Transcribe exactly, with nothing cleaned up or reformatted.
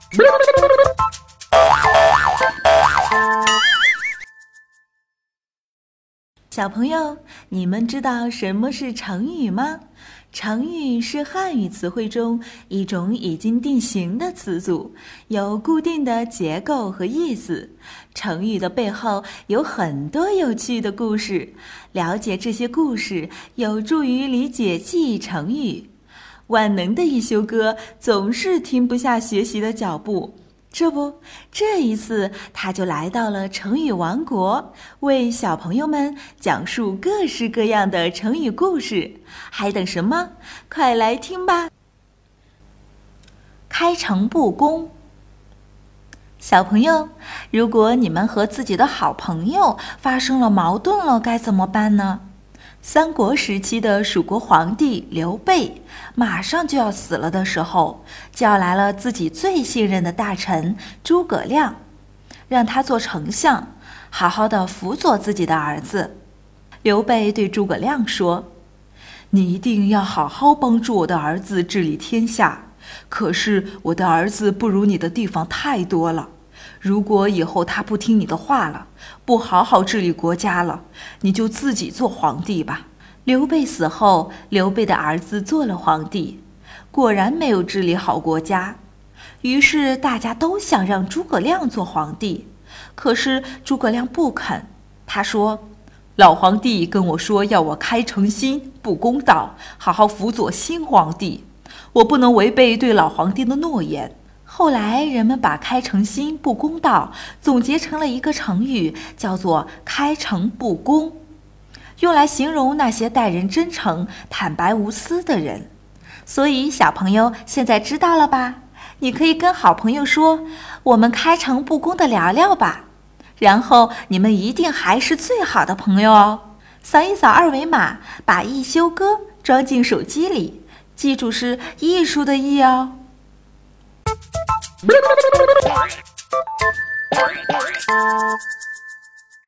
小朋友，你们知道什么是成语吗？成语是汉语词汇中一种已经定型的词组，有固定的结构和意思。成语的背后有很多有趣的故事，了解这些故事有助于理解记忆成语。万能的一休哥总是停不下学习的脚步，这不，这一次他就来到了成语王国，为小朋友们讲述各式各样的成语故事。还等什么？快来听吧！开诚布公。小朋友，如果你们和自己的好朋友发生了矛盾了，该怎么办呢？三国时期的蜀国皇帝刘备马上就要死了的时候，叫来了自己最信任的大臣诸葛亮，让他做丞相，好好的辅佐自己的儿子。刘备对诸葛亮说：“你一定要好好帮助我的儿子治理天下，可是我的儿子不如你的地方太多了。如果以后他不听你的话了，不好好治理国家了，你就自己做皇帝吧。”刘备死后，刘备的儿子做了皇帝，果然没有治理好国家。于是大家都想让诸葛亮做皇帝，可是诸葛亮不肯。他说：“老皇帝跟我说要我开诚心，不公道，好好辅佐新皇帝，我不能违背对老皇帝的诺言。”后来人们把开诚心不公道总结成了一个成语，叫做开诚布公，用来形容那些待人真诚、坦白无私的人。所以小朋友现在知道了吧？你可以跟好朋友说：“我们开诚布公的聊聊吧。”然后你们一定还是最好的朋友哦。扫一扫二维码，把一休哥装进手机里，记住是艺术的艺哦。Bye.